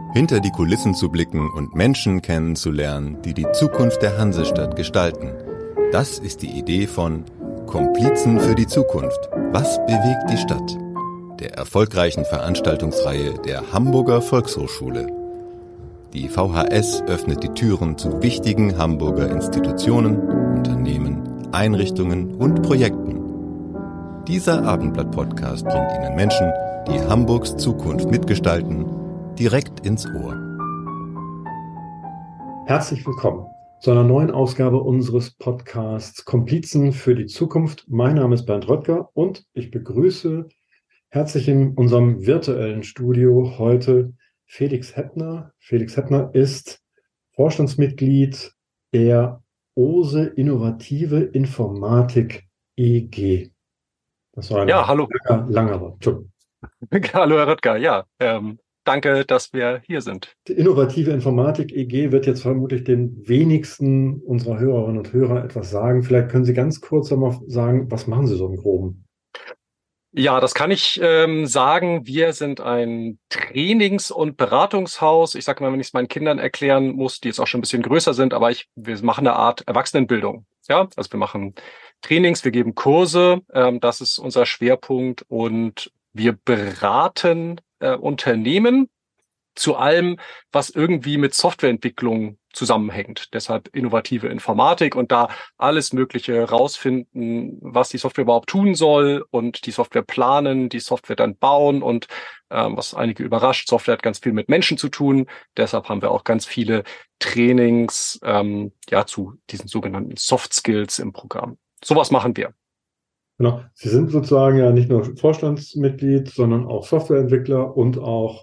Hinter die Kulissen zu blicken und Menschen kennenzulernen, die die Zukunft der Hansestadt gestalten. Das ist die Idee von Komplizen für die Zukunft. Was bewegt die Stadt? Der erfolgreichen Veranstaltungsreihe der Hamburger Volkshochschule. Die VHS öffnet die Türen zu wichtigen Hamburger Institutionen, Unternehmen, Einrichtungen und Projekten. Dieser Abendblatt-Podcast bringt Ihnen Menschen, die Hamburgs Zukunft mitgestalten, direkt ins Ohr. Herzlich willkommen zu einer neuen Ausgabe unseres Podcasts Komplizen für die Zukunft. Mein Name ist Bernd Röttger und ich begrüße herzlich in unserem virtuellen Studio heute Felix Heppner. Felix Heppner ist Vorstandsmitglied der OSE Innovative Informatik e.G. Das war ein hallo. langer Wort. Hallo, Herr Röttger. Ja, danke, dass wir hier sind. Die Innovative Informatik e.G. wird jetzt vermutlich den wenigsten unserer Hörerinnen und Hörer etwas sagen. Vielleicht können Sie ganz kurz einmal sagen, was machen Sie so im Groben? Ja, das kann ich sagen. Wir sind ein Trainings- und Beratungshaus. Ich sage mal, wenn ich es meinen Kindern erklären muss, die jetzt auch schon ein bisschen größer sind, aber wir machen eine Art Erwachsenenbildung. Ja, also wir machen Trainings, wir geben Kurse. Das ist unser Schwerpunkt und wir beraten Unternehmen zu allem, was irgendwie mit Softwareentwicklung zusammenhängt. Deshalb innovative Informatik und da alles Mögliche rausfinden, was die Software überhaupt tun soll und die Software planen, die Software dann bauen und was einige überrascht, Software hat ganz viel mit Menschen zu tun. Deshalb haben wir auch ganz viele Trainings zu diesen sogenannten Soft Skills im Programm. Sowas machen wir. Genau. Sie sind sozusagen ja nicht nur Vorstandsmitglied, sondern auch Softwareentwickler und auch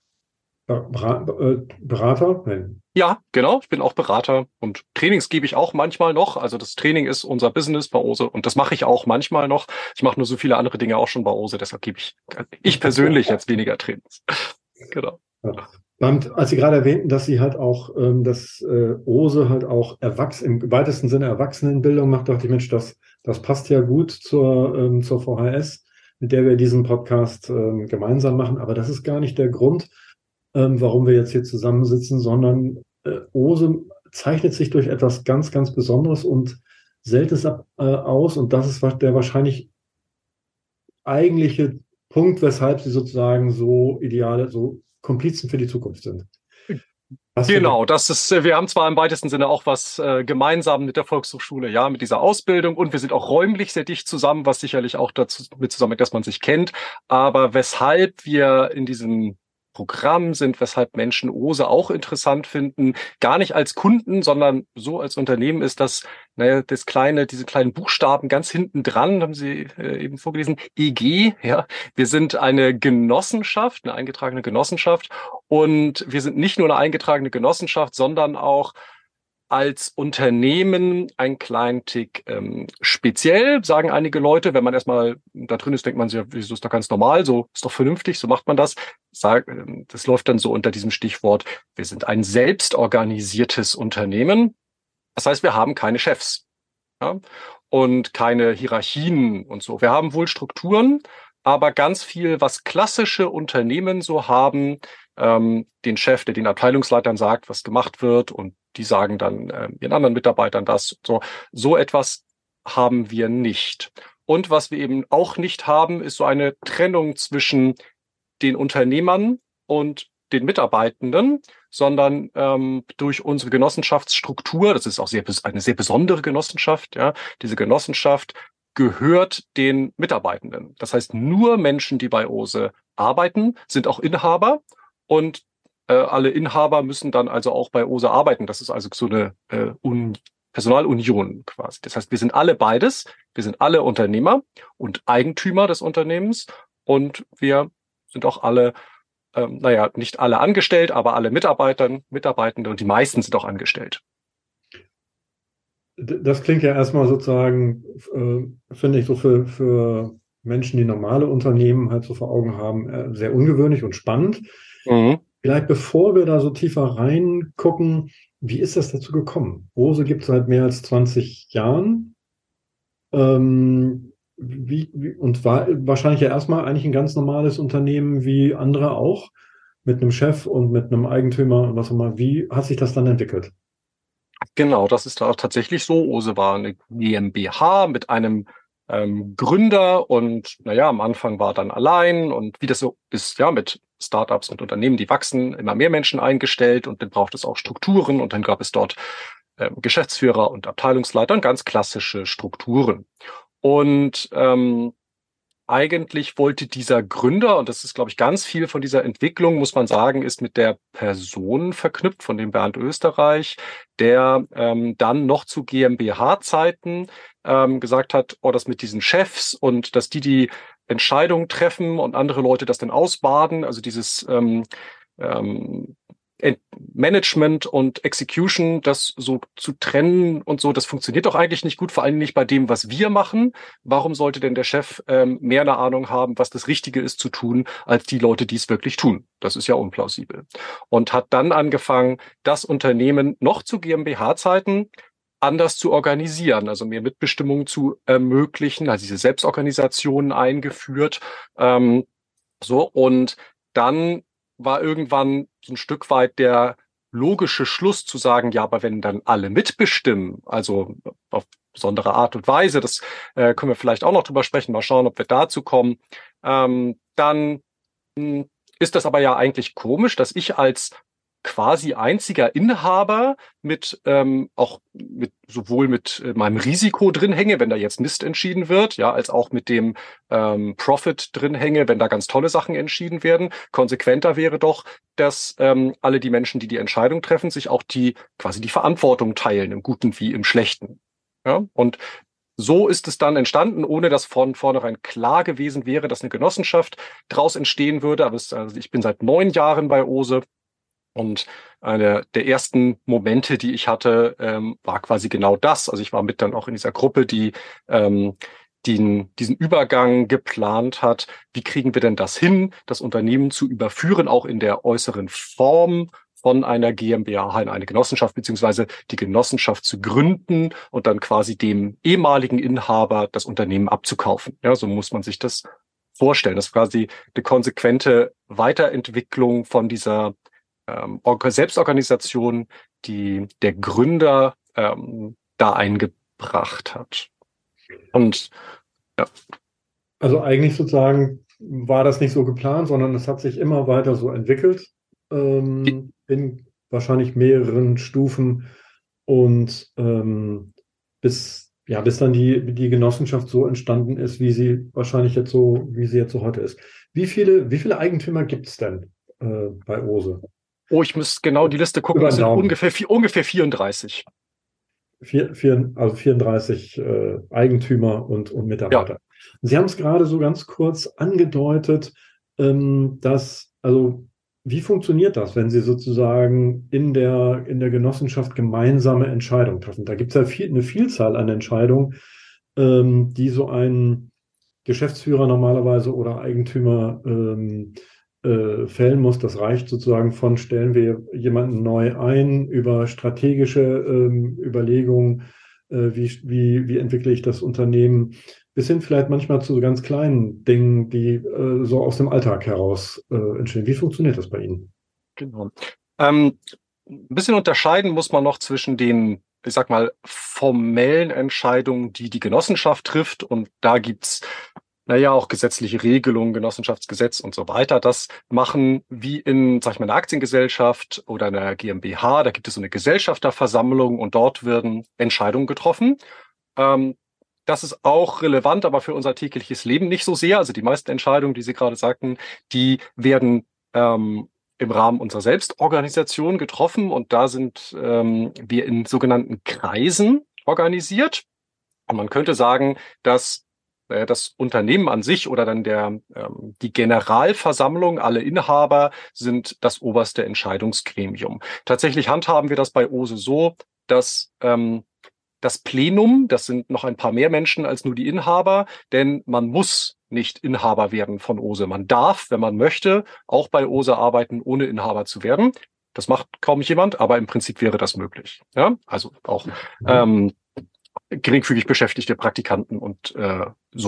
Berater? Nein. Ja, genau. Ich bin auch Berater und Trainings gebe ich auch manchmal noch. Also das Training ist unser Business bei OSE und das mache ich auch manchmal noch. Ich mache nur so viele andere Dinge auch schon bei OSE, deshalb gebe ich persönlich jetzt weniger Trainings. Genau. Ja. Und als Sie gerade erwähnten, dass Sie halt auch, dass OSE halt auch im weitesten Sinne Erwachsenenbildung macht, dachte ich, Mensch, das passt ja gut zur VHS, mit der wir diesen Podcast gemeinsam machen. Aber das ist gar nicht der Grund, warum wir jetzt hier zusammensitzen, sondern OSE zeichnet sich durch etwas ganz, ganz Besonderes und Seltenes aus. Und das ist der wahrscheinlich eigentliche Punkt, weshalb Sie sozusagen so ideale, so Komplizen für die Zukunft sind. Genau, wir haben zwar im weitesten Sinne auch was gemeinsam mit der Volkshochschule, ja, mit dieser Ausbildung und wir sind auch räumlich sehr dicht zusammen, was sicherlich auch dazu mit zusammenhängt, dass man sich kennt. Aber weshalb wir in diesem Programm sind, weshalb Menschen OSE auch interessant finden, gar nicht als Kunden, sondern so als Unternehmen ist das, diese kleinen Buchstaben ganz hinten dran, haben Sie eben vorgelesen, EG, ja. Wir sind eine Genossenschaft, eine eingetragene Genossenschaft und wir sind nicht nur eine eingetragene Genossenschaft, sondern auch als Unternehmen ein kleinen Tick speziell, sagen einige Leute. Wenn man erstmal da drin ist, denkt man sich, wieso ist doch ganz normal, so ist doch vernünftig, so macht man das. Das läuft dann so unter diesem Stichwort, wir sind ein selbstorganisiertes Unternehmen. Das heißt, wir haben keine Chefs, ja, und keine Hierarchien und so. Wir haben wohl Strukturen, aber ganz viel, was klassische Unternehmen so haben, den Chef, der den Abteilungsleitern sagt, was gemacht wird und die sagen dann ihren anderen Mitarbeitern das. So etwas haben wir nicht. Und was wir eben auch nicht haben, ist so eine Trennung zwischen den Unternehmern und den Mitarbeitenden, sondern durch unsere Genossenschaftsstruktur, das ist auch eine sehr besondere Genossenschaft, ja, diese Genossenschaft gehört den Mitarbeitenden. Das heißt, nur Menschen, die bei OSE arbeiten, sind auch Inhaber und alle Inhaber müssen dann also auch bei OSE arbeiten. Das ist also so eine Personalunion quasi. Das heißt, wir sind alle beides. Wir sind alle Unternehmer und Eigentümer des Unternehmens und wir sind auch alle, nicht alle angestellt, aber alle Mitarbeitende und die meisten sind auch angestellt. Das klingt ja erstmal sozusagen, finde ich, so für Menschen, die normale Unternehmen halt so vor Augen haben, sehr ungewöhnlich und spannend. Mhm. Vielleicht bevor wir da so tiefer reingucken, wie ist das dazu gekommen? OSE gibt es seit mehr als 20 Jahren. Und war wahrscheinlich ja erstmal eigentlich ein ganz normales Unternehmen wie andere auch. mit einem Chef und mit einem Eigentümer und was auch immer. Wie hat sich das dann entwickelt? Genau, das ist da tatsächlich so. OSE war eine GmbH mit einem Gründer und naja, am Anfang war er dann allein und wie das so ist, ja, mit Startups und Unternehmen, die wachsen, immer mehr Menschen eingestellt und dann braucht es auch Strukturen und dann gab es dort Geschäftsführer und Abteilungsleiter und ganz klassische Strukturen. Und eigentlich wollte dieser Gründer, und das ist, glaube ich, ganz viel von dieser Entwicklung, muss man sagen, ist mit der Person verknüpft, von dem Bernd Österreich, der dann noch zu GmbH-Zeiten gesagt hat, oh, das mit diesen Chefs und dass die Entscheidungen treffen und andere Leute das dann ausbaden, also dieses Management und Execution, das so zu trennen und so, das funktioniert doch eigentlich nicht gut, vor allem nicht bei dem, was wir machen. Warum sollte denn der Chef mehr eine Ahnung haben, was das Richtige ist zu tun, als die Leute, die es wirklich tun? Das ist ja unplausibel. Und hat dann angefangen, das Unternehmen noch zu GmbH-Zeiten anders zu organisieren, also mehr Mitbestimmung zu ermöglichen, also diese Selbstorganisationen eingeführt. Und dann war irgendwann so ein Stück weit der logische Schluss zu sagen, ja, aber wenn dann alle mitbestimmen, also auf besondere Art und Weise, das können wir vielleicht auch noch drüber sprechen, mal schauen, ob wir dazu kommen, dann ist das aber ja eigentlich komisch, dass ich als quasi einziger Inhaber sowohl mit meinem Risiko drin hänge, wenn da jetzt Mist entschieden wird, ja, als auch mit dem Profit drin hänge, wenn da ganz tolle Sachen entschieden werden. Konsequenter wäre doch, dass alle die Menschen, die die Entscheidung treffen, sich auch quasi die Verantwortung teilen, im Guten wie im Schlechten. Ja, und so ist es dann entstanden, ohne dass von vornherein klar gewesen wäre, dass eine Genossenschaft daraus entstehen würde. Aber also ich bin seit 9 Jahren bei OSE. Und einer der ersten Momente, die ich hatte, war quasi genau das. Also ich war mit dann auch in dieser Gruppe, die diesen Übergang geplant hat. Wie kriegen wir denn das hin, das Unternehmen zu überführen, auch in der äußeren Form von einer GmbH in eine Genossenschaft, beziehungsweise die Genossenschaft zu gründen und dann quasi dem ehemaligen Inhaber das Unternehmen abzukaufen. Ja, so muss man sich das vorstellen. Das ist quasi eine konsequente Weiterentwicklung von dieser Selbstorganisation, die der Gründer da eingebracht hat. Und ja. Also eigentlich sozusagen war das nicht so geplant, sondern es hat sich immer weiter so entwickelt, in wahrscheinlich mehreren Stufen und bis dann die Genossenschaft so entstanden ist, wie sie jetzt so heute ist. Wie viele Eigentümer gibt es denn bei OSE? Oh, ich müsste genau die Liste gucken. Es sind ungefähr 34. Also 34 Eigentümer und Mitarbeiter. Ja. Sie haben es gerade so ganz kurz angedeutet, wie funktioniert das, wenn Sie sozusagen in der Genossenschaft gemeinsame Entscheidungen treffen? Da gibt es ja eine Vielzahl an Entscheidungen, die so ein Geschäftsführer normalerweise oder Eigentümer fällen muss. Das reicht sozusagen von, stellen wir jemanden neu ein, über strategische Überlegungen, wie entwickle ich das Unternehmen, bis hin vielleicht manchmal zu so ganz kleinen Dingen, die so aus dem Alltag heraus entstehen. Wie funktioniert das bei Ihnen? Genau. Ein bisschen unterscheiden muss man noch zwischen den, ich sag mal, formellen Entscheidungen, die Genossenschaft trifft, und da gibt's auch gesetzliche Regelungen, Genossenschaftsgesetz und so weiter. Das machen wie in, sag ich mal, einer Aktiengesellschaft oder einer GmbH. Da gibt es so eine Gesellschafterversammlung und dort werden Entscheidungen getroffen. Das ist auch relevant, aber für unser tägliches Leben nicht so sehr. Also die meisten Entscheidungen, die Sie gerade sagten, die werden im Rahmen unserer Selbstorganisation getroffen, und da sind wir in sogenannten Kreisen organisiert. Und man könnte sagen, dass das Unternehmen an sich oder dann die Generalversammlung, alle Inhaber sind das oberste Entscheidungsgremium. Tatsächlich handhaben wir das bei OSE so, dass das Plenum, das sind noch ein paar mehr Menschen als nur die Inhaber, denn man muss nicht Inhaber werden von OSE. Man darf, wenn man möchte, auch bei OSE arbeiten, ohne Inhaber zu werden. Das macht kaum jemand, aber im Prinzip wäre das möglich. Ja, also auch geringfügig beschäftigte Praktikanten und so.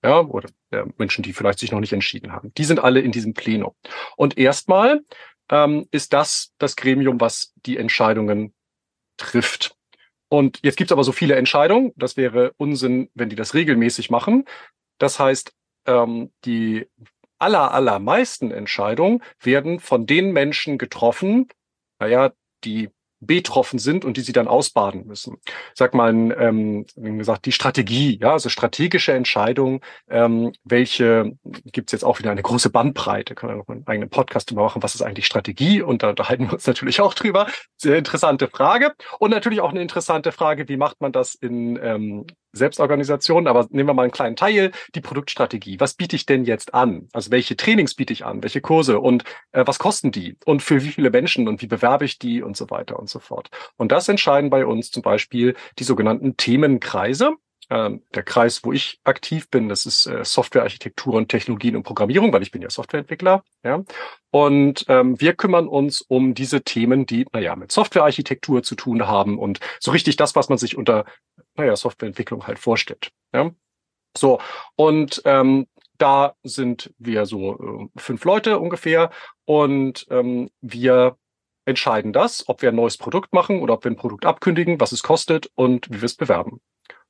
ja, oder Menschen, die vielleicht sich noch nicht entschieden haben. Die sind alle in diesem Plenum. Und erstmal ist das Gremium, was die Entscheidungen trifft. Und jetzt gibt es aber so viele Entscheidungen, das wäre Unsinn, wenn die das regelmäßig machen. Das heißt, die allermeisten Entscheidungen werden von den Menschen getroffen, die betroffen sind und die sie dann ausbaden müssen. Sag mal, wie gesagt, die Strategie, ja, also strategische Entscheidungen, welche gibt's jetzt auch wieder eine große Bandbreite, können wir noch einen eigenen Podcast drüber machen, was ist eigentlich Strategie? Und da unterhalten wir uns natürlich auch drüber. Sehr interessante Frage. Und natürlich auch eine interessante Frage, wie macht man das in Selbstorganisationen, aber nehmen wir mal einen kleinen Teil, die Produktstrategie. Was biete ich denn jetzt an? Also welche Trainings biete ich an? Welche Kurse? Und was kosten die? Und für wie viele Menschen? Und wie bewerbe ich die? Und so weiter und so fort. Und das entscheiden bei uns zum Beispiel die sogenannten Themenkreise. Der Kreis, wo ich aktiv bin, das ist Softwarearchitektur und Technologien und Programmierung, weil ich bin ja Softwareentwickler. Ja. Und wir kümmern uns um diese Themen, die mit Softwarearchitektur zu tun haben und so richtig das, was man sich unter Softwareentwicklung halt vorstellt. Ja. So, und da sind wir so 5 Leute ungefähr und wir entscheiden das, ob wir ein neues Produkt machen oder ob wir ein Produkt abkündigen, was es kostet und wie wir es bewerben.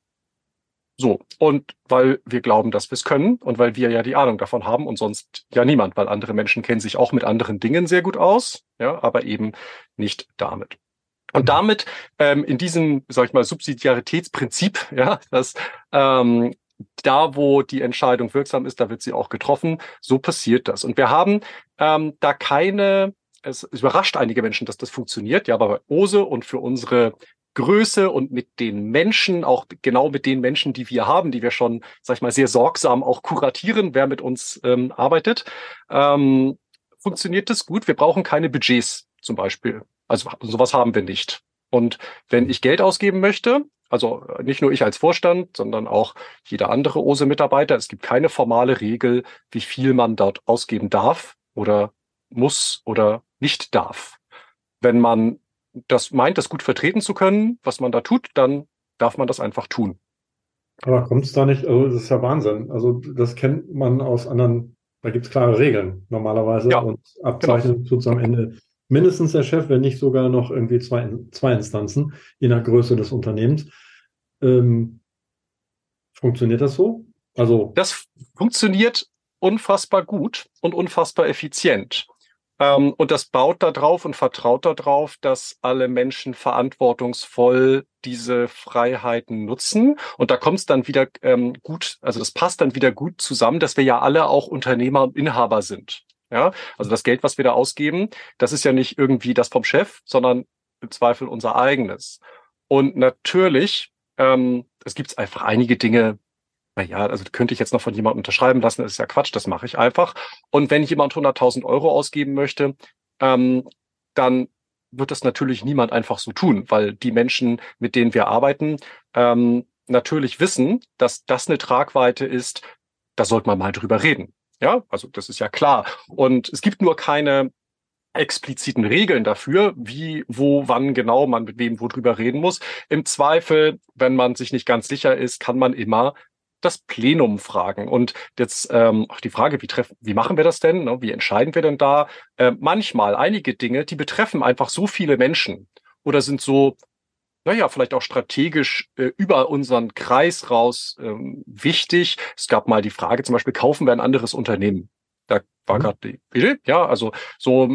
So, und weil wir glauben, dass wir es können und weil wir ja die Ahnung davon haben und sonst ja niemand, weil andere Menschen kennen sich auch mit anderen Dingen sehr gut aus, ja, aber eben nicht damit. Und damit in diesem, sag ich mal, Subsidiaritätsprinzip, ja, dass da, wo die Entscheidung wirksam ist, da wird sie auch getroffen. So passiert das. Und wir haben da keine, es überrascht einige Menschen, dass das funktioniert, ja, aber bei OSE und für unsere Größe und mit den Menschen, auch genau mit den Menschen, die wir haben, die wir schon, sag ich mal, sehr sorgsam auch kuratieren, wer mit uns arbeitet, funktioniert das gut. Wir brauchen keine Budgets zum Beispiel. Also sowas haben wir nicht. Und wenn ich Geld ausgeben möchte, also nicht nur ich als Vorstand, sondern auch jeder andere OSE-Mitarbeiter, es gibt keine formale Regel, wie viel man dort ausgeben darf oder muss oder nicht darf. Wenn man das meint, das gut vertreten zu können, was man da tut, dann darf man das einfach tun. Aber kommt es da nicht, also das ist ja Wahnsinn. Also das kennt man aus anderen, da gibt es klare Regeln normalerweise Ja, und abzeichnen tut es am Ende mindestens der Chef, wenn nicht sogar noch irgendwie zwei Instanzen, je nach Größe des Unternehmens. Funktioniert das so? Also das funktioniert unfassbar gut und unfassbar effizient. Und das baut da drauf und vertraut darauf, dass alle Menschen verantwortungsvoll diese Freiheiten nutzen. Und da kommt es dann wieder gut, also das passt dann wieder gut zusammen, dass wir ja alle auch Unternehmer und Inhaber sind. Ja, also das Geld, was wir da ausgeben, das ist ja nicht irgendwie das vom Chef, sondern im Zweifel unser eigenes. Und natürlich, es gibt einfach einige Dinge. Also könnte ich jetzt noch von jemandem unterschreiben lassen, das ist ja Quatsch, das mache ich einfach. Und wenn jemand 100.000 Euro ausgeben möchte, dann wird das natürlich niemand einfach so tun, weil die Menschen, mit denen wir arbeiten, natürlich wissen, dass das eine Tragweite ist, da sollte man mal drüber reden. Ja, also das ist ja klar. Und es gibt nur keine expliziten Regeln dafür, wie, wo, wann genau man mit wem wo drüber reden muss. Im Zweifel, wenn man sich nicht ganz sicher ist, kann man immer das Plenum fragen. Und jetzt auch die Frage, wie machen wir das denn? Ne? Wie entscheiden wir denn da? Manchmal einige Dinge, die betreffen einfach so viele Menschen oder sind so, vielleicht auch strategisch über unseren Kreis raus wichtig. Es gab mal die Frage zum Beispiel, kaufen wir ein anderes Unternehmen? Da war gerade die Idee, also so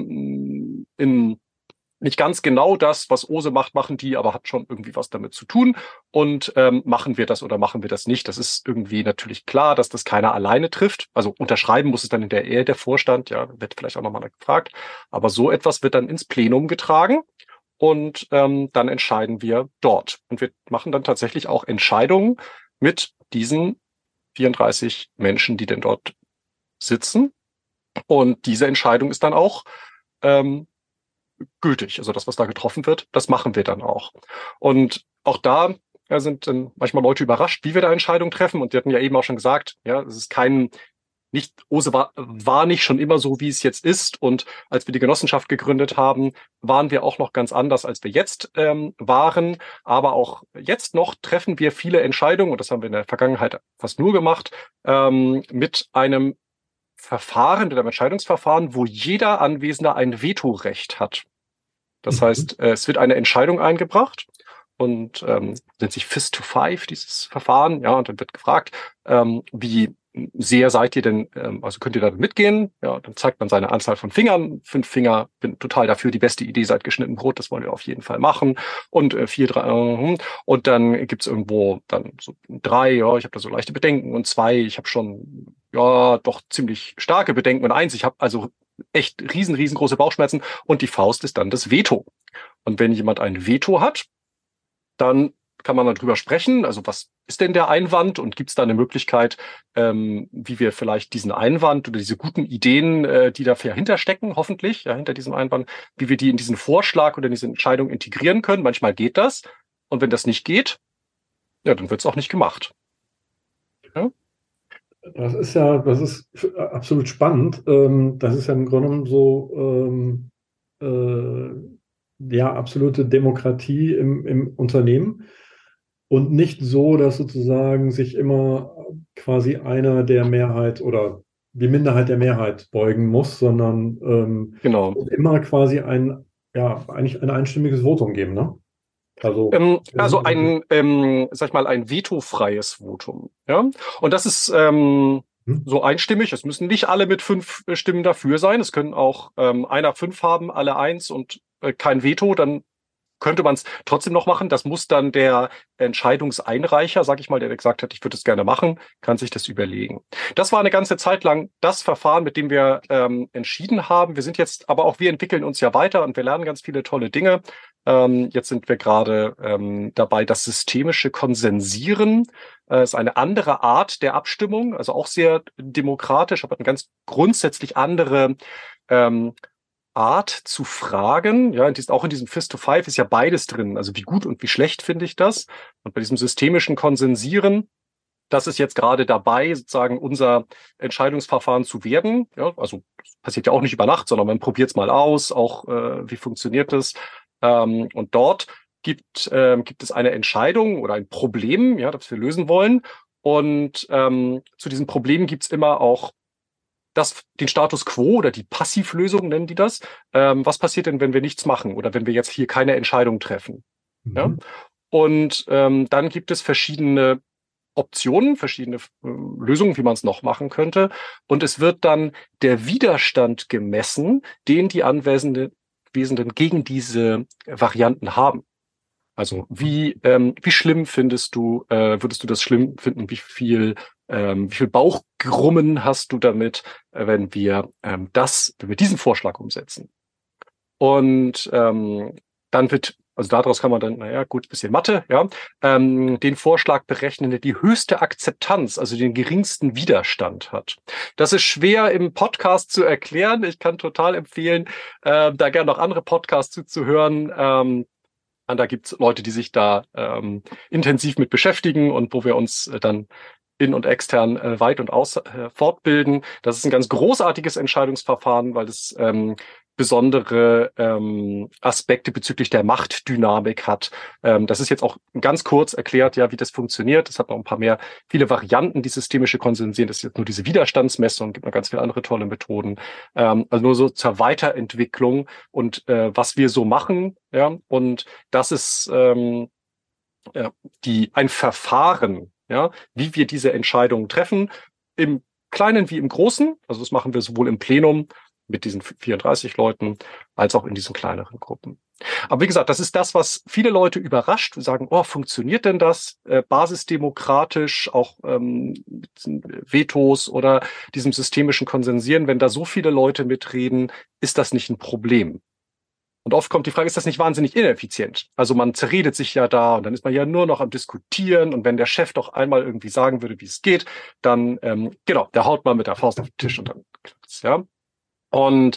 nicht ganz genau das, was OSE macht, machen die, aber hat schon irgendwie was damit zu tun. Und machen wir das oder machen wir das nicht? Das ist irgendwie natürlich klar, dass das keiner alleine trifft. Also unterschreiben muss es dann hinterher der Vorstand, ja, wird vielleicht auch nochmal gefragt. Aber so etwas wird dann ins Plenum getragen und dann entscheiden wir dort. Und wir machen dann tatsächlich auch Entscheidungen mit diesen 34 Menschen, die denn dort sitzen. Und diese Entscheidung ist dann auch gültig. Also das, was da getroffen wird, das machen wir dann auch. Und auch da sind manchmal Leute überrascht, wie wir da Entscheidungen treffen. Und die hatten ja eben auch schon gesagt, ja, es ist kein OSE war nicht schon immer so, wie es jetzt ist. Und als wir die Genossenschaft gegründet haben, waren wir auch noch ganz anders, als wir jetzt waren. Aber auch jetzt noch treffen wir viele Entscheidungen, und das haben wir in der Vergangenheit fast nur gemacht, mit einem Verfahren, mit einem Entscheidungsverfahren, wo jeder Anwesende ein Vetorecht hat. Das heißt, es wird eine Entscheidung eingebracht und nennt sich Fist to Five, dieses Verfahren. Ja, und dann wird gefragt, wie sehr seid ihr denn, also könnt ihr da mitgehen? Ja, dann zeigt man seine Anzahl von Fingern. 5 Finger, bin total dafür, die beste Idee seit geschnitten Brot, das wollen wir auf jeden Fall machen. Und 4, 3, und dann gibt's irgendwo dann so 3, ja, ich habe da so leichte Bedenken, und 2, ich habe schon, ja, doch ziemlich starke Bedenken, und 1, ich habe also echt riesengroße Bauchschmerzen, und die Faust ist dann das Veto. Und wenn jemand ein Veto hat, dann kann man darüber sprechen, also was ist denn der Einwand, und gibt es da eine Möglichkeit, wie wir vielleicht diesen Einwand oder diese guten Ideen, die da dahinter stecken, hoffentlich, ja, hinter diesem Einwand, wie wir die in diesen Vorschlag oder in diese Entscheidung integrieren können. Manchmal geht das, und wenn das nicht geht, ja, dann wird es auch nicht gemacht. Ja? Das ist absolut spannend. Das ist ja im Grunde genommen so, ja, absolute Demokratie im Unternehmen. Und nicht so, dass sozusagen sich immer quasi einer der Mehrheit oder die Minderheit der Mehrheit beugen muss, sondern Genau. immer quasi eigentlich ein einstimmiges Votum geben, ne? Also ein, sag ich mal, ein vetofreies Votum. Ja? Und das ist so einstimmig. Es müssen nicht alle mit 5 Stimmen dafür sein. Es können auch einer 5 haben, alle 1 und kein Veto. Dann könnte man es trotzdem noch machen. Das muss dann der Entscheidungseinreicher, sag ich mal, der gesagt hat, ich würde es gerne machen, kann sich das überlegen. Das war eine ganze Zeit lang das Verfahren, mit dem wir entschieden haben. Wir sind jetzt, aber auch wir entwickeln uns ja weiter und wir lernen ganz viele tolle Dinge. Jetzt sind wir gerade dabei, das systemische Konsensieren. Ist eine andere Art der Abstimmung, also auch sehr demokratisch, aber eine ganz grundsätzlich andere Art zu fragen. Ja, auch in diesem Fist to Five ist ja beides drin. Also wie gut und wie schlecht finde ich das? Und bei diesem systemischen Konsensieren, das ist jetzt gerade dabei, sozusagen unser Entscheidungsverfahren zu werden. Ja, also das passiert ja auch nicht über Nacht, sondern man probiert es mal aus, auch wie funktioniert das. Und dort gibt es eine Entscheidung oder ein Problem, ja, das wir lösen wollen. Und zu diesem Problem gibt es immer auch den Status quo oder die Passivlösung nennen die das. Was passiert denn, wenn wir nichts machen oder wenn wir jetzt hier keine Entscheidung treffen? Ja? Und dann gibt es verschiedene Optionen, verschiedene Lösungen, wie man es noch machen könnte. Und es wird dann der Widerstand gemessen, den die Anwesenden gegen diese Varianten haben. Also wie schlimm würdest du das schlimm finden? Wie viel Bauchgrummen hast du damit, wenn wir diesen Vorschlag umsetzen? Und dann also daraus kann man dann, bisschen Mathe, ja, den Vorschlag berechnen, der die höchste Akzeptanz, also den geringsten Widerstand hat. Das ist schwer im Podcast zu erklären. Ich kann total empfehlen, da gerne noch andere Podcasts zuzuhören. Da gibt's Leute, die sich da intensiv mit beschäftigen und wo wir uns dann in- und extern weit und aus fortbilden. Das ist ein ganz großartiges Entscheidungsverfahren, weil es besondere Aspekte bezüglich der Machtdynamik hat. Das ist jetzt auch ganz kurz erklärt, ja, wie das funktioniert. Es hat noch viele Varianten, die systemische Konsensieren. Das ist jetzt nur diese Widerstandsmessung, gibt noch ganz viele andere tolle Methoden. Also nur so zur Weiterentwicklung und was wir so machen, ja, und das ist ein Verfahren, ja, wie wir diese Entscheidungen treffen, im Kleinen wie im Großen. Also das machen wir sowohl im Plenum mit diesen 34 Leuten, als auch in diesen kleineren Gruppen. Aber wie gesagt, das ist das, was viele Leute überrascht. Wir sagen, funktioniert denn das basisdemokratisch, auch mit Vetos oder diesem systemischen Konsensieren? Wenn da so viele Leute mitreden, ist das nicht ein Problem? Und oft kommt die Frage, ist das nicht wahnsinnig ineffizient? Also man zerredet sich ja da und dann ist man ja nur noch am Diskutieren. Und wenn der Chef doch einmal irgendwie sagen würde, wie es geht, dann, der haut mal mit der Faust auf den Tisch und dann klappt's, ja. Und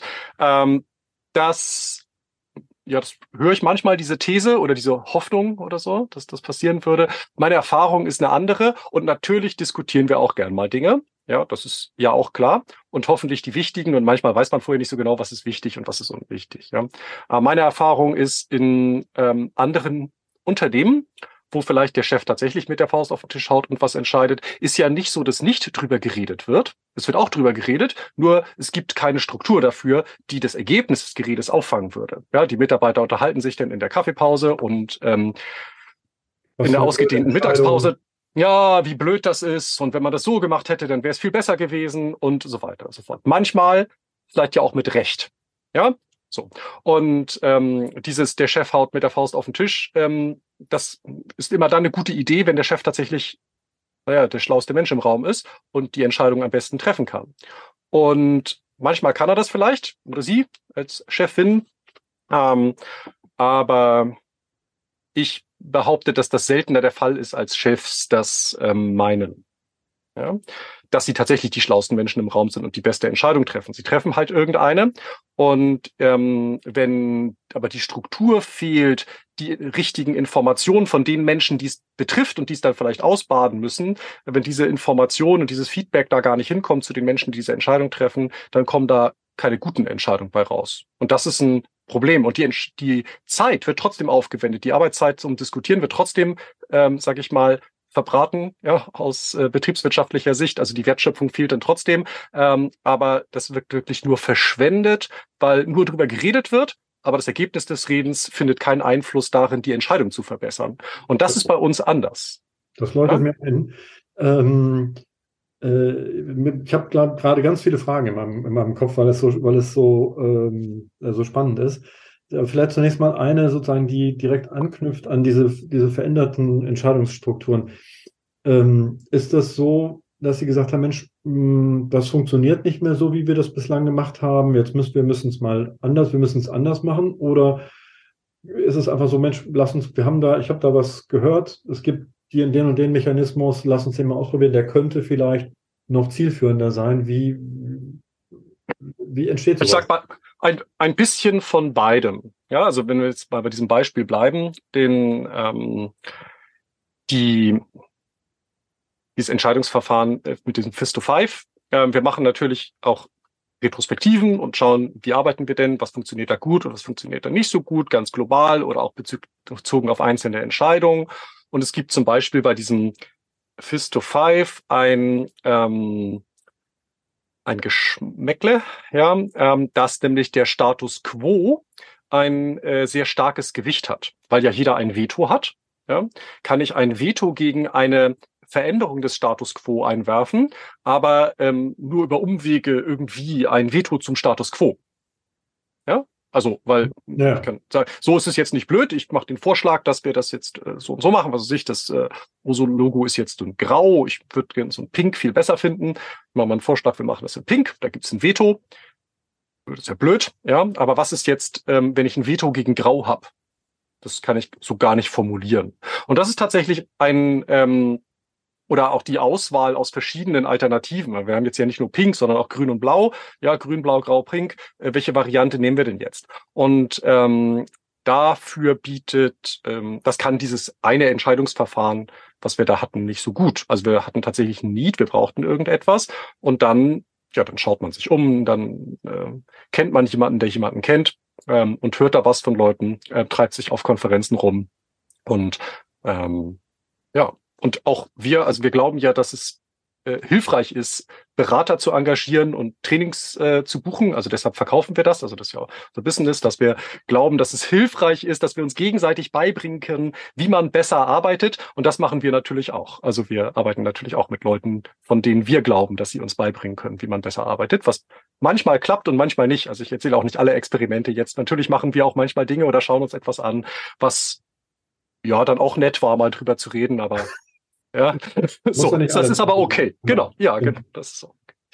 das höre ich manchmal, diese These oder diese Hoffnung oder so, dass das passieren würde. Meine Erfahrung ist eine andere und natürlich diskutieren wir auch gern mal Dinge. Ja, das ist ja auch klar. Und hoffentlich die wichtigen. Und manchmal weiß man vorher nicht so genau, was ist wichtig und was ist unwichtig. Ja. Aber meine Erfahrung ist in anderen Unternehmen, wo vielleicht der Chef tatsächlich mit der Faust auf den Tisch haut und was entscheidet, ist ja nicht so, dass nicht drüber geredet wird. Es wird auch drüber geredet, nur es gibt keine Struktur dafür, die das Ergebnis des Geredes auffangen würde. Ja, die Mitarbeiter unterhalten sich dann in der Kaffeepause und in der ausgedehnten Mittagspause. Ja, wie blöd das ist und wenn man das so gemacht hätte, dann wäre es viel besser gewesen und so weiter und so fort. Manchmal vielleicht ja auch mit Recht. Ja, so. Und der Chef haut mit der Faust auf den Tisch, das ist immer dann eine gute Idee, wenn der Chef tatsächlich, naja, der schlauste Mensch im Raum ist und die Entscheidung am besten treffen kann. Und manchmal kann er das vielleicht, oder sie als Chefin, aber ich behaupte, dass das seltener der Fall ist, als Chefs das meinen. Ja? Dass sie tatsächlich die schlauesten Menschen im Raum sind und die beste Entscheidung treffen. Sie treffen halt irgendeine und wenn aber die Struktur fehlt, die richtigen Informationen von den Menschen, die es betrifft und die es dann vielleicht ausbaden müssen, wenn diese Informationen und dieses Feedback da gar nicht hinkommt zu den Menschen, die diese Entscheidung treffen, dann kommen da keine guten Entscheidungen bei raus. Und das ist ein Problem. Und die Zeit wird trotzdem aufgewendet. Die Arbeitszeit zum Diskutieren wird trotzdem, sage ich mal, verbraten, ja, aus betriebswirtschaftlicher Sicht. Also die Wertschöpfung fehlt dann trotzdem. Aber das wird wirklich nur verschwendet, weil nur drüber geredet wird. Aber das Ergebnis des Redens findet keinen Einfluss darin, die Entscheidung zu verbessern. Und das ist bei uns anders. Das leuchtet mir ein. Ich habe gerade ganz viele Fragen in meinem Kopf, weil es so spannend ist. Vielleicht zunächst mal eine sozusagen, die direkt anknüpft an diese veränderten Entscheidungsstrukturen. Ist das so, dass Sie gesagt haben, Mensch, das funktioniert nicht mehr so, wie wir das bislang gemacht haben, wir müssen es anders machen? Oder ist es einfach so, Mensch, ich habe da was gehört, es gibt den und den Mechanismus, lass uns den mal ausprobieren, der könnte vielleicht noch zielführender sein. Wie entsteht sowas? Ich sag mal, ein bisschen von beidem. Ja, also wenn wir jetzt mal bei diesem Beispiel bleiben, dieses Entscheidungsverfahren mit diesem Fist to Five. Wir machen natürlich auch Retrospektiven und schauen, wie arbeiten wir denn, was funktioniert da gut und was funktioniert da nicht so gut, ganz global oder auch bezogen auf einzelne Entscheidungen. Und es gibt zum Beispiel bei diesem Fist to Five ein Geschmäckle, ja, dass nämlich der Status quo ein sehr starkes Gewicht hat, weil ja jeder ein Veto hat. Ja, kann ich ein Veto gegen eine Veränderung des Status quo einwerfen, aber nur über Umwege irgendwie ein Veto zum Status quo. Ja, also, weil ich kann sagen, so ist es jetzt nicht blöd, ich mache den Vorschlag, dass wir das jetzt so und so machen, was weiß ich, das OSO-Logo ist jetzt in Grau, ich würde gerne so ein Pink viel besser finden, ich mache mal einen Vorschlag, wir machen das in Pink, da gibt's ein Veto, das ist ja blöd, ja, aber was ist jetzt, wenn ich ein Veto gegen Grau habe? Das kann ich so gar nicht formulieren. Und das ist tatsächlich oder auch die Auswahl aus verschiedenen Alternativen. Wir haben jetzt ja nicht nur Pink, sondern auch Grün und Blau. Ja, Grün, Blau, Grau, Pink. Welche Variante nehmen wir denn jetzt? Und dafür das kann dieses eine Entscheidungsverfahren, was wir da hatten, nicht so gut. Also wir hatten tatsächlich ein Need, wir brauchten irgendetwas und dann schaut man sich um, dann kennt man jemanden, der jemanden kennt und hört da was von Leuten, treibt sich auf Konferenzen rum und und auch wir glauben ja, dass es hilfreich ist, Berater zu engagieren und Trainings zu buchen. Also deshalb verkaufen wir das. Also das ist ja auch so Business, dass wir glauben, dass es hilfreich ist, dass wir uns gegenseitig beibringen können, wie man besser arbeitet. Und das machen wir natürlich auch. Also wir arbeiten natürlich auch mit Leuten, von denen wir glauben, dass sie uns beibringen können, wie man besser arbeitet, was manchmal klappt und manchmal nicht. Also ich erzähle auch nicht alle Experimente jetzt. Natürlich machen wir auch manchmal Dinge oder schauen uns etwas an, was ja dann auch nett war, mal drüber zu reden, aber ja, so, das ist aber okay. Genau, ja, genau, das ist so.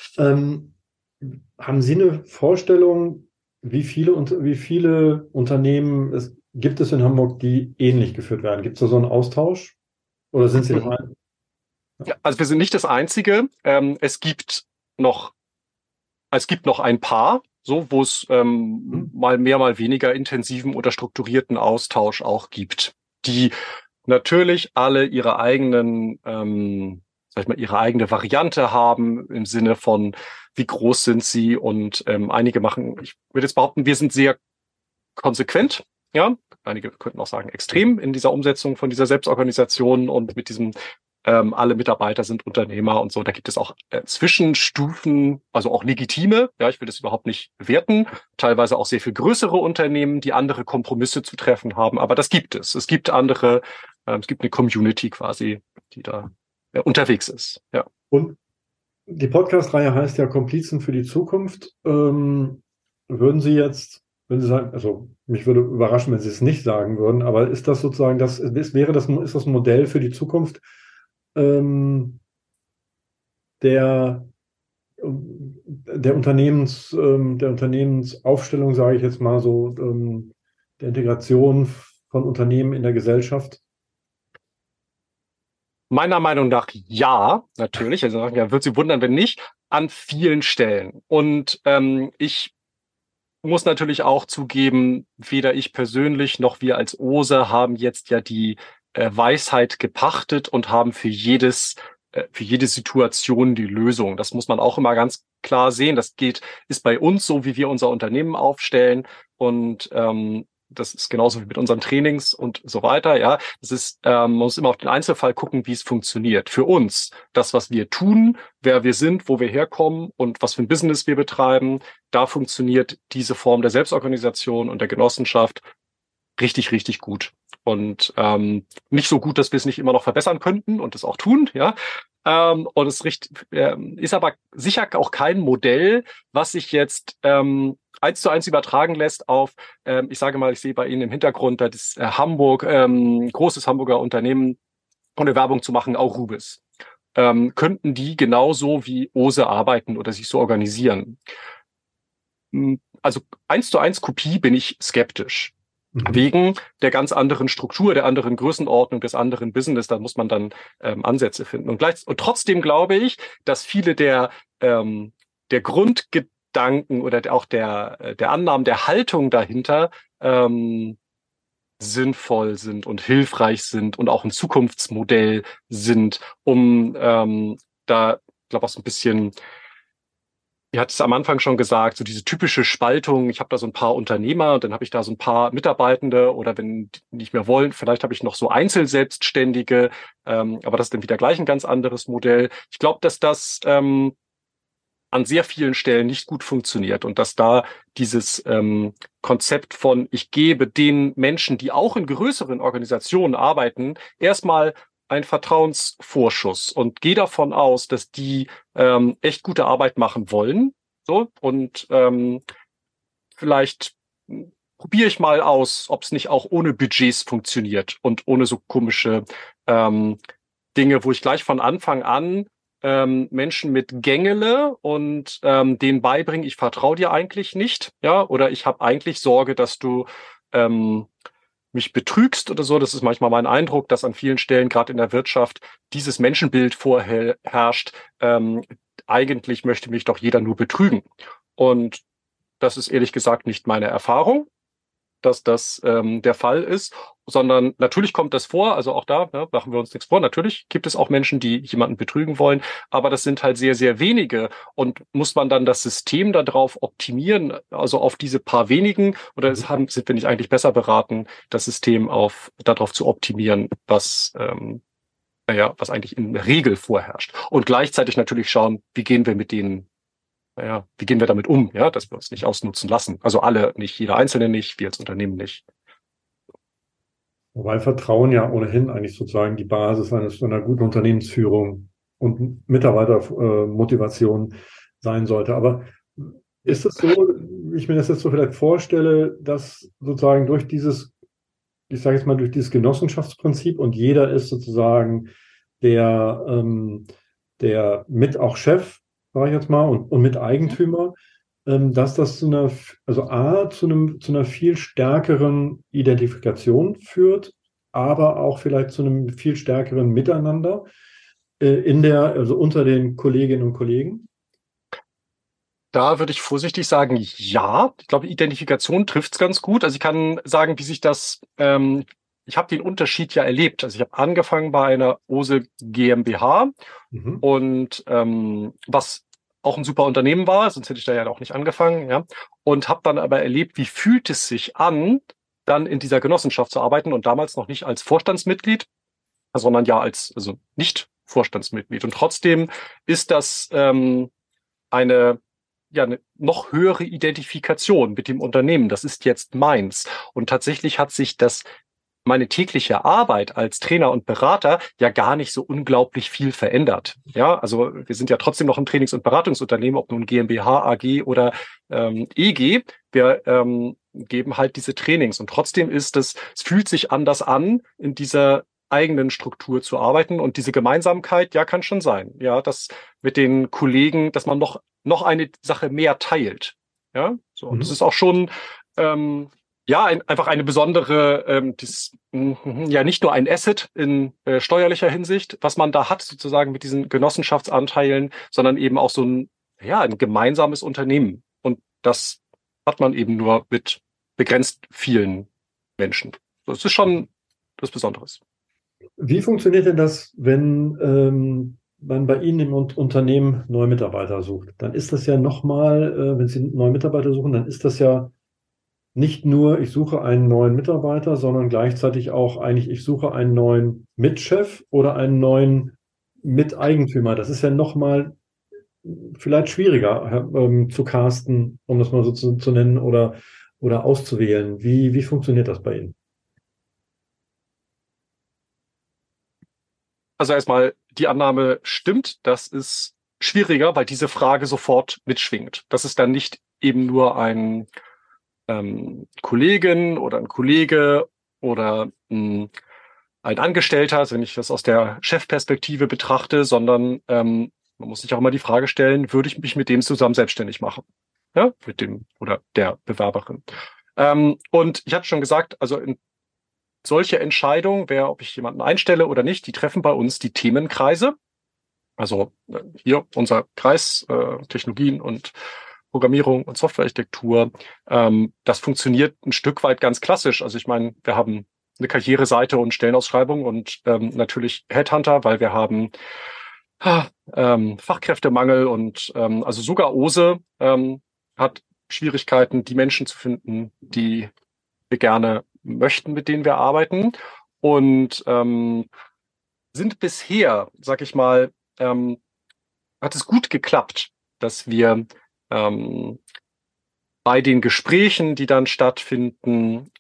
Haben Sie eine Vorstellung, wie viele Unternehmen gibt es in Hamburg, die ähnlich geführt werden? Gibt es da so einen Austausch? Oder sind Sie das ein? Ja, also wir sind nicht das Einzige. Es gibt noch ein paar, so, wo es mal mehr, mal weniger intensiven oder strukturierten Austausch auch gibt, die natürlich alle ihre eigenen sag ich mal, ihre eigene Variante haben im Sinne von, wie groß sind sie? Und einige machen, ich würde jetzt behaupten, wir sind sehr konsequent. Ja, einige könnten auch sagen extrem in dieser Umsetzung von dieser Selbstorganisation und mit diesem alle Mitarbeiter sind Unternehmer und so. Da gibt es auch Zwischenstufen, also auch legitime. Ja, ich will das überhaupt nicht werten. Teilweise auch sehr viel größere Unternehmen, die andere Kompromisse zu treffen haben. Aber das gibt es. Es gibt andere, es gibt eine Community quasi, die da unterwegs ist. Ja. Und die Podcast-Reihe heißt ja Komplizen für die Zukunft. Würden Sie jetzt, wenn Sie sagen, also mich würde überraschen, wenn Sie es nicht sagen würden, aber ist das sozusagen ist das ein Modell für die Zukunft der Unternehmensaufstellung, sage ich jetzt mal so, der Integration von Unternehmen in der Gesellschaft? Meiner Meinung nach ja, natürlich. Also ja, würde Sie wundern, wenn nicht, an vielen Stellen. Und ich muss natürlich auch zugeben, weder ich persönlich noch wir als OSE haben jetzt ja die Weisheit gepachtet und haben für jede Situation die Lösung. Das muss man auch immer ganz klar sehen. Ist bei uns so, wie wir unser Unternehmen aufstellen und das ist genauso wie mit unseren Trainings und so weiter. Ja, man muss immer auf den Einzelfall gucken, wie es funktioniert. Für uns, das, was wir tun, wer wir sind, wo wir herkommen und was für ein Business wir betreiben, da funktioniert diese Form der Selbstorganisation und der Genossenschaft richtig, richtig gut. Und nicht so gut, dass wir es nicht immer noch verbessern könnten und es auch tun, ja. Und es ist aber sicher auch kein Modell, was sich jetzt 1:1 übertragen lässt auf, ich sage mal, ich sehe bei Ihnen im Hintergrund, das ist Hamburg, großes Hamburger Unternehmen, ohne Werbung zu machen, auch Rubis. Könnten die genauso wie OSE arbeiten oder sich so organisieren? Also 1:1 Kopie bin ich skeptisch. Wegen der ganz anderen Struktur, der anderen Größenordnung, des anderen Business, da muss man dann Ansätze finden. Und trotzdem glaube ich, dass viele der Grundgedanken oder auch der Annahmen, der Haltung dahinter sinnvoll sind und hilfreich sind und auch ein Zukunftsmodell sind, um da, glaube ich, auch so ein bisschen. Ihr hattet es am Anfang schon gesagt, so diese typische Spaltung, ich habe da so ein paar Unternehmer und dann habe ich da so ein paar Mitarbeitende oder wenn die nicht mehr wollen, vielleicht habe ich noch so Einzelselbstständige, aber das ist dann wieder gleich ein ganz anderes Modell. Ich glaube, dass das an sehr vielen Stellen nicht gut funktioniert und dass da dieses Konzept von ich gebe den Menschen, die auch in größeren Organisationen arbeiten, erstmal ein Vertrauensvorschuss und gehe davon aus, dass die echt gute Arbeit machen wollen. So und vielleicht probiere ich mal aus, ob es nicht auch ohne Budgets funktioniert und ohne so komische Dinge, wo ich gleich von Anfang an Menschen mit Gängele und denen beibringen, ich vertraue dir eigentlich nicht, ja, oder ich habe eigentlich Sorge, dass du mich betrügst oder so. Das ist manchmal mein Eindruck, dass an vielen Stellen, gerade in der Wirtschaft, dieses Menschenbild vorherrscht. Eigentlich möchte mich doch jeder nur betrügen. Und das ist ehrlich gesagt nicht meine Erfahrung, dass das der Fall ist, sondern natürlich kommt das vor, also auch da machen wir uns nichts vor, natürlich gibt es auch Menschen, die jemanden betrügen wollen, aber das sind halt sehr, sehr wenige und muss man dann das System darauf optimieren, also auf diese paar wenigen oder sind wir nicht eigentlich besser beraten, das System darauf zu optimieren, was eigentlich in der Regel vorherrscht und gleichzeitig natürlich schauen, wie gehen wir damit um, ja, dass wir uns nicht ausnutzen lassen. Also alle nicht, jeder Einzelne nicht, wir als Unternehmen nicht. Wobei Vertrauen ja ohnehin eigentlich sozusagen die Basis einer guten Unternehmensführung und Mitarbeitermotivation sein sollte. Aber ist es so, wie ich mir das jetzt so vielleicht vorstelle, dass sozusagen durch dieses Genossenschaftsprinzip und jeder ist sozusagen der mit auch Chef, sage ich jetzt mal, und mit Eigentümer, dass das zu einer viel stärkeren Identifikation führt, aber auch vielleicht zu einem viel stärkeren Miteinander also unter den Kolleginnen und Kollegen? Da würde ich vorsichtig sagen, ja. Ich glaube, Identifikation trifft es ganz gut. Also ich kann sagen, wie sich das ich habe den Unterschied ja erlebt. Also ich habe angefangen bei einer OSE GmbH und was auch ein super Unternehmen war, sonst hätte ich da ja auch nicht angefangen, ja. Und habe dann aber erlebt, wie fühlt es sich an, dann in dieser Genossenschaft zu arbeiten und damals noch nicht als Vorstandsmitglied, sondern ja als, also nicht Vorstandsmitglied. Und trotzdem ist das eine noch höhere Identifikation mit dem Unternehmen. Das ist jetzt meins. Und tatsächlich hat sich meine tägliche Arbeit als Trainer und Berater ja gar nicht so unglaublich viel verändert. Ja, also wir sind ja trotzdem noch ein Trainings- und Beratungsunternehmen, ob nun GmbH, AG oder EG. Wir geben halt diese Trainings und trotzdem es fühlt sich anders an, in dieser eigenen Struktur zu arbeiten und diese Gemeinsamkeit, ja, kann schon sein. Ja, dass mit den Kollegen, dass man noch eine Sache mehr teilt. Ja, so, das ist auch schon einfach eine besondere, nicht nur ein Asset in steuerlicher Hinsicht, was man da hat, sozusagen mit diesen Genossenschaftsanteilen, sondern eben auch so ein gemeinsames Unternehmen. Und das hat man eben nur mit begrenzt vielen Menschen. Das ist schon was Besonderes. Wie funktioniert denn das, wenn man bei Ihnen im Unternehmen neue Mitarbeiter sucht? Dann ist das ja nochmal, wenn Sie neue Mitarbeiter suchen, dann ist das ja nicht nur, ich suche einen neuen Mitarbeiter, sondern gleichzeitig auch eigentlich, ich suche einen neuen Mitchef oder einen neuen Miteigentümer. Das ist ja nochmal vielleicht schwieriger zu casten, um das mal so zu nennen, oder auszuwählen. Wie funktioniert das bei Ihnen? Also erstmal, die Annahme stimmt, das ist schwieriger, weil diese Frage sofort mitschwingt. Das ist dann nicht eben nur ein Kollegin oder ein Kollege oder ein Angestellter, also wenn ich das aus der Chefperspektive betrachte, sondern man muss sich auch immer die Frage stellen, würde ich mich mit dem zusammen selbstständig machen? Ja, mit dem oder der Bewerberin. Und ich hatte schon gesagt, also in solche Entscheidungen, ob ich jemanden einstelle oder nicht, die treffen bei uns die Themenkreise. Also hier unser Kreis, Technologien und Programmierung und Softwarearchitektur. Das funktioniert ein Stück weit ganz klassisch. Also ich meine, wir haben eine Karriereseite und Stellenausschreibung und natürlich Headhunter, weil wir haben Fachkräftemangel und also sogar OSE hat Schwierigkeiten, die Menschen zu finden, die wir gerne möchten, mit denen wir arbeiten. Und sind bisher, sag ich mal, hat es gut geklappt, dass wir bei den Gesprächen, die dann stattfinden,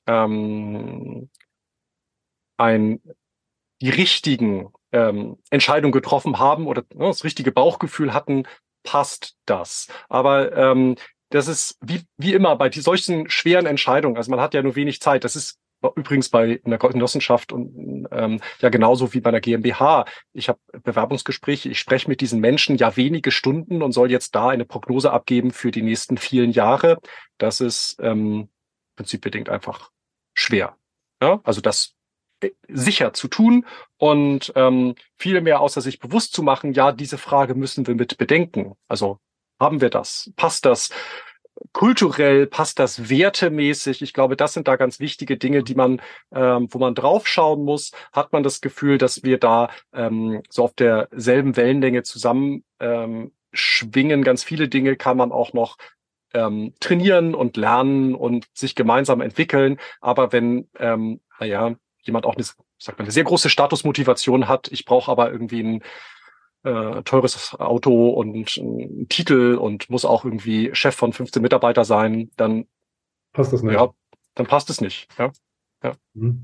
die richtigen Entscheidungen getroffen haben oder das richtige Bauchgefühl hatten, passt das. Aber das ist wie immer bei solchen schweren Entscheidungen, also man hat ja nur wenig Zeit, das ist übrigens bei einer Genossenschaft und genauso wie bei einer GmbH. Ich habe Bewerbungsgespräche, ich spreche mit diesen Menschen ja wenige Stunden und soll jetzt da eine Prognose abgeben für die nächsten vielen Jahre. Das ist prinzipbedingt einfach schwer. Ja? Also das sicher zu tun und viel mehr außer sich bewusst zu machen, ja, diese Frage müssen wir mit bedenken. Also haben wir das? Passt das? Kulturell, passt das wertemäßig? Ich glaube, das sind da ganz wichtige Dinge, die man, wo man draufschauen muss. Hat man das Gefühl, dass wir da so auf derselben Wellenlänge zusammen schwingen? Ganz viele Dinge kann man auch noch trainieren und lernen und sich gemeinsam entwickeln. Aber wenn jemand auch eine sehr große Statusmotivation hat, ich brauche aber irgendwie ein teures Auto und einen Titel und muss auch irgendwie Chef von 15 Mitarbeiter sein, dann passt das nicht. Ja, dann passt es nicht. Ja. Ja.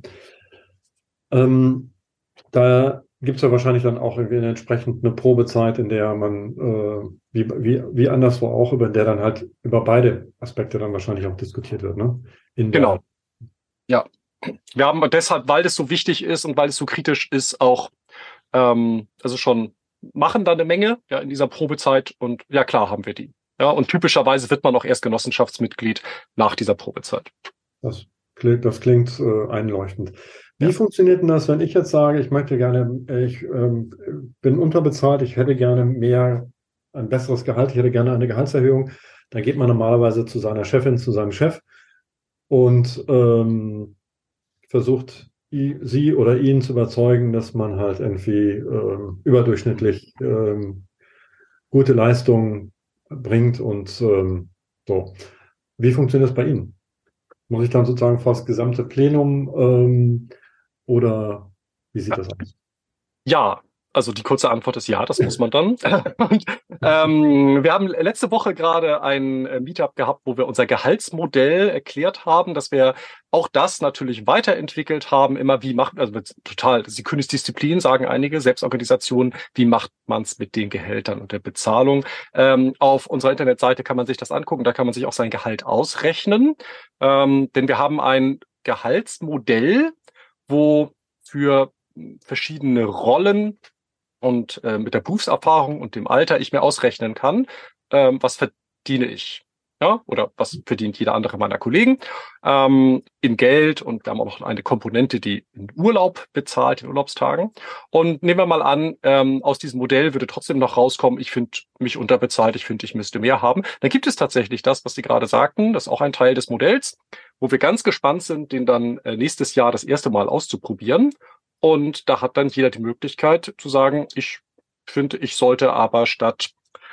Da gibt es ja wahrscheinlich dann auch irgendwie entsprechend eine Probezeit, in der man, wie anderswo auch, in der dann halt über beide Aspekte dann wahrscheinlich auch diskutiert wird, ne? Genau. Ja. Wir haben deshalb, weil das so wichtig ist und weil es so kritisch ist, auch also schon machen da eine Menge ja in dieser Probezeit und ja klar haben wir die. Ja, und typischerweise wird man auch erst Genossenschaftsmitglied nach dieser Probezeit. Das klingt einleuchtend. Wie funktioniert denn das, wenn ich jetzt sage, ich möchte gerne, ich bin unterbezahlt, ich hätte gerne ein besseres Gehalt, ich hätte gerne eine Gehaltserhöhung. Dann geht man normalerweise zu seiner Chefin, zu seinem Chef und versucht sie oder ihn zu überzeugen, dass man halt irgendwie überdurchschnittlich gute Leistungen bringt und so. Wie funktioniert das bei Ihnen? Muss ich dann sozusagen vor das gesamte Plenum oder wie sieht das aus? Ja, also die kurze Antwort ist ja, das muss man dann. Und, wir haben letzte Woche gerade ein Meetup gehabt, wo wir unser Gehaltsmodell erklärt haben, dass wir auch das natürlich weiterentwickelt haben. Immer wie macht, also total, das ist die Königsdisziplin, sagen einige Selbstorganisationen, wie macht man es mit den Gehältern und der Bezahlung? Auf unserer Internetseite kann man sich das angucken, da kann man sich auch sein Gehalt ausrechnen. Denn wir haben ein Gehaltsmodell, wo für verschiedene Rollen und mit der Berufserfahrung und dem Alter ich mir ausrechnen kann, was verdiene ich. Ja, oder was verdient jeder andere meiner Kollegen in Geld, und wir haben auch noch eine Komponente, die in Urlaub bezahlt, in Urlaubstagen. Und nehmen wir mal an, aus diesem Modell würde trotzdem noch rauskommen, ich finde mich unterbezahlt, ich finde, ich müsste mehr haben. Dann gibt es tatsächlich das, was Sie gerade sagten, das ist auch ein Teil des Modells, wo wir ganz gespannt sind, den dann nächstes Jahr das erste Mal auszuprobieren. Und da hat dann jeder die Möglichkeit zu sagen, ich finde, ich sollte aber statt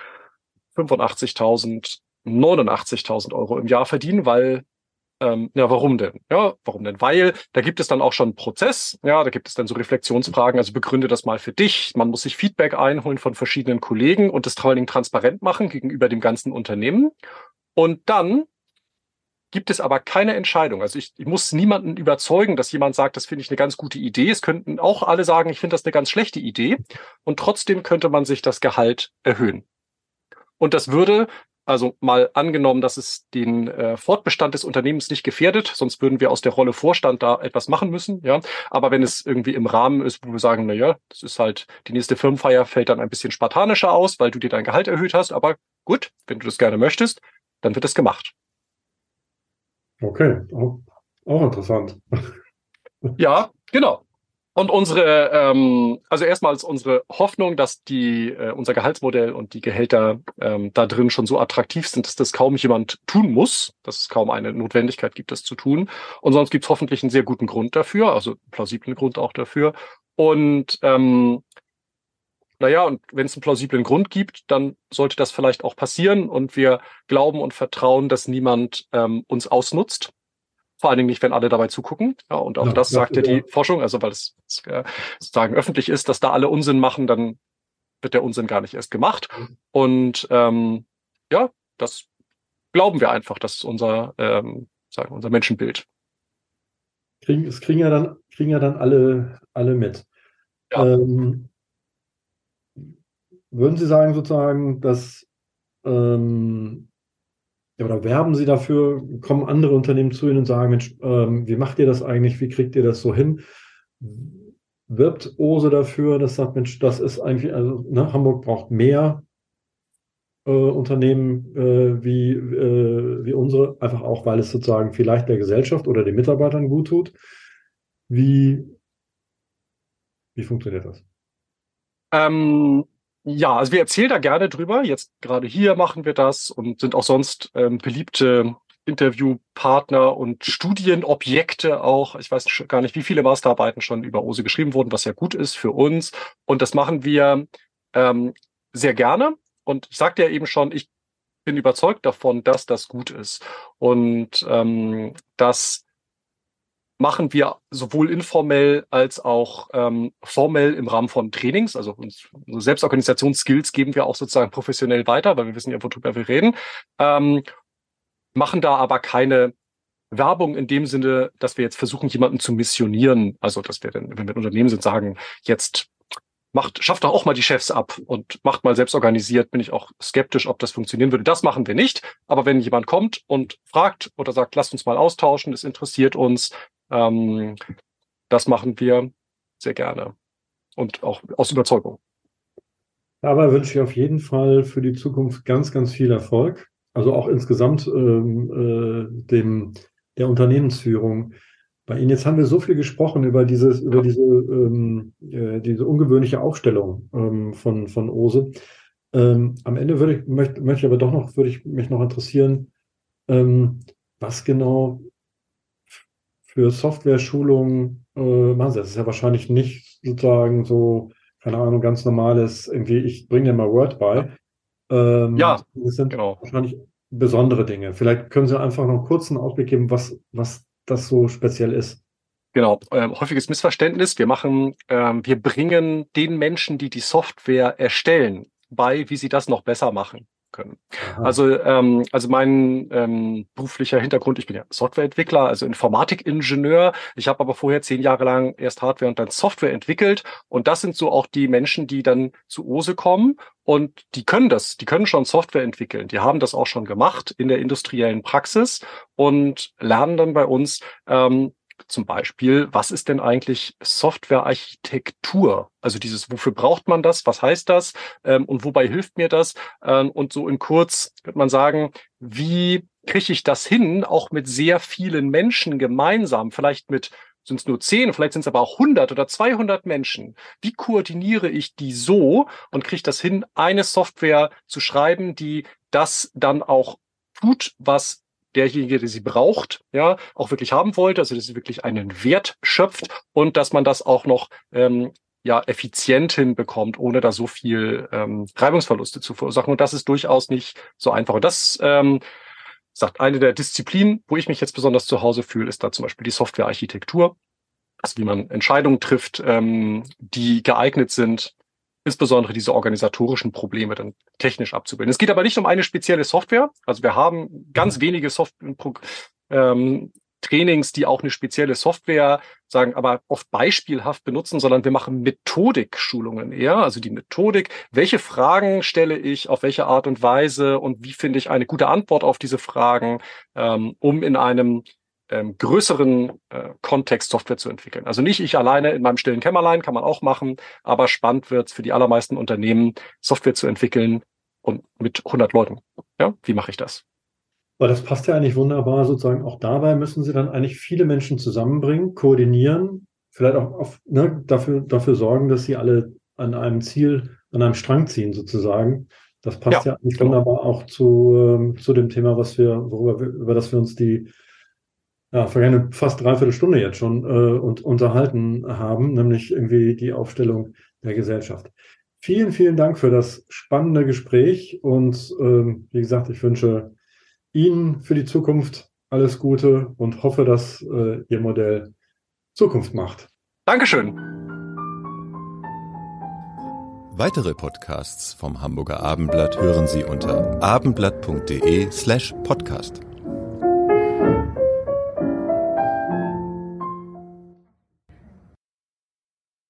85.000 89.000 Euro im Jahr verdienen, weil, ja, warum denn? Ja, warum denn? Weil da gibt es dann auch schon einen Prozess, ja, da gibt es dann so Reflexionsfragen, also begründe das mal für dich. Man muss sich Feedback einholen von verschiedenen Kollegen und das vor allen Dingen transparent machen gegenüber dem ganzen Unternehmen. Und dann gibt es aber keine Entscheidung. Also ich muss niemanden überzeugen, dass jemand sagt, das finde ich eine ganz gute Idee. Es könnten auch alle sagen, ich finde das eine ganz schlechte Idee. Und trotzdem könnte man sich das Gehalt erhöhen. Und das würde, also mal angenommen, dass es den Fortbestand des Unternehmens nicht gefährdet, sonst würden wir aus der Rolle Vorstand da etwas machen müssen. Ja, aber wenn es irgendwie im Rahmen ist, wo wir sagen, na ja, das ist halt, die nächste Firmenfeier fällt dann ein bisschen spartanischer aus, weil du dir dein Gehalt erhöht hast. Aber gut, wenn du das gerne möchtest, dann wird das gemacht. Okay, auch interessant. Ja, genau. Und also erstmal ist unsere Hoffnung, dass unser Gehaltsmodell und die Gehälter da drin schon so attraktiv sind, dass das kaum jemand tun muss, dass es kaum eine Notwendigkeit gibt, das zu tun. Und sonst gibt es hoffentlich einen sehr guten Grund dafür, also einen plausiblen Grund auch dafür. Und naja, und wenn es einen plausiblen Grund gibt, dann sollte das vielleicht auch passieren. Und wir glauben und vertrauen, dass niemand uns ausnutzt. Vor allen Dingen nicht, wenn alle dabei zugucken. Ja, und auch das sagt ja die Forschung, also weil es sozusagen öffentlich ist, dass da alle Unsinn machen, dann wird der Unsinn gar nicht erst gemacht. Und ja, das glauben wir einfach, das ist unser Menschenbild. Kriegen ja dann alle mit. Ja. Würden Sie sagen sozusagen, dass ja, oder werben Sie dafür, kommen andere Unternehmen zu Ihnen und sagen, Mensch, wie macht ihr das eigentlich? Wie kriegt ihr das so hin? Wirbt OSE dafür, das sagt, Mensch, das ist eigentlich, also ne, Hamburg braucht mehr Unternehmen wie unsere, einfach auch, weil es sozusagen vielleicht der Gesellschaft oder den Mitarbeitern gut tut. Wie funktioniert das? Ja, also wir erzählen da gerne drüber. Jetzt gerade hier machen wir das und sind auch sonst beliebte Interviewpartner und Studienobjekte auch. Ich weiß gar nicht, wie viele Masterarbeiten schon über OSE geschrieben wurden, was ja gut ist für uns. Und das machen wir sehr gerne. Und ich sagte ja eben schon, ich bin überzeugt davon, dass das gut ist. Und das machen wir sowohl informell als auch formell im Rahmen von Trainings. Also unsere Selbstorganisationsskills geben wir auch sozusagen professionell weiter, weil wir wissen ja, worüber wir reden. Machen da aber keine Werbung in dem Sinne, dass wir jetzt versuchen, jemanden zu missionieren. Also, dass wir dann, wenn wir ein Unternehmen sind, sagen, jetzt schafft doch auch mal die Chefs ab und macht mal selbst organisiert, bin ich auch skeptisch, ob das funktionieren würde. Das machen wir nicht. Aber wenn jemand kommt und fragt oder sagt, lasst uns mal austauschen, das interessiert uns, das machen wir sehr gerne und auch aus Überzeugung. Dabei wünsche ich auf jeden Fall für die Zukunft ganz, ganz viel Erfolg. Also auch insgesamt der Unternehmensführung. Bei Ihnen jetzt haben wir so viel gesprochen über diese ungewöhnliche Aufstellung von OSE. Am Ende möchte ich aber doch würde ich mich noch interessieren, was genau für Software-Schulungen machen Sie das? Das ist ja wahrscheinlich nicht sozusagen so, keine Ahnung, ganz normales, irgendwie, ich bringe dir mal Word bei. Ja, Das sind genau. wahrscheinlich besondere Dinge. Vielleicht können Sie einfach noch einen kurzen Ausblick geben, was das so speziell ist. Genau, häufiges Missverständnis. Wir bringen den Menschen, die die Software erstellen, bei, wie sie das noch besser machen können. Aha. Also mein beruflicher Hintergrund, ich bin ja Softwareentwickler, also Informatikingenieur. Ich habe aber vorher 10 Jahre lang erst Hardware und dann Software entwickelt. Und das sind so auch die Menschen, die dann zu OSE kommen. Und die können schon Software entwickeln. Die haben das auch schon gemacht in der industriellen Praxis und lernen dann bei uns, zum Beispiel, was ist denn eigentlich Softwarearchitektur? Also wofür braucht man das? Was heißt das? Und wobei hilft mir das? Und so in kurz wird man sagen, wie kriege ich das hin, auch mit sehr vielen Menschen gemeinsam, sind es nur 10, vielleicht sind es aber auch 100 oder 200 Menschen. Wie koordiniere ich die so und kriege das hin, eine Software zu schreiben, die das dann auch tut, was derjenige, der sie braucht, ja, auch wirklich haben wollte, also dass sie wirklich einen Wert schöpft und dass man das auch noch effizient hinbekommt, ohne da so viel Reibungsverluste zu verursachen. Und das ist durchaus nicht so einfach. Und das sagt eine der Disziplinen, wo ich mich jetzt besonders zu Hause fühle, ist da zum Beispiel die Softwarearchitektur, also wie man Entscheidungen trifft, die geeignet sind, insbesondere diese organisatorischen Probleme dann technisch abzubilden. Es geht aber nicht um eine spezielle Software. Also wir haben ganz wenige Trainings, die auch eine spezielle Software sagen, aber oft beispielhaft benutzen, sondern wir machen Methodik-Schulungen eher. Also die Methodik, welche Fragen stelle ich, auf welche Art und Weise und wie finde ich eine gute Antwort auf diese Fragen, um in einem größeren Kontext Software zu entwickeln. Also nicht ich alleine in meinem stillen Kämmerlein, kann man auch machen, aber spannend wird's für die allermeisten Unternehmen, Software zu entwickeln und mit 100 Leuten. Ja, wie mache ich das? Aber das passt ja eigentlich wunderbar sozusagen. Auch dabei müssen Sie dann eigentlich viele Menschen zusammenbringen, koordinieren, vielleicht auch dafür sorgen, dass sie alle an einem Ziel, an einem Strang ziehen sozusagen. Das passt ja eigentlich wunderbar auch zu dem Thema, über das wir uns die vergangene fast 3/4 Stunde jetzt schon unterhalten haben, nämlich irgendwie die Aufstellung der Gesellschaft. Vielen, vielen Dank für das spannende Gespräch und wie gesagt, ich wünsche Ihnen für die Zukunft alles Gute und hoffe, dass Ihr Modell Zukunft macht. Dankeschön. Weitere Podcasts vom Hamburger Abendblatt hören Sie unter abendblatt.de/podcast.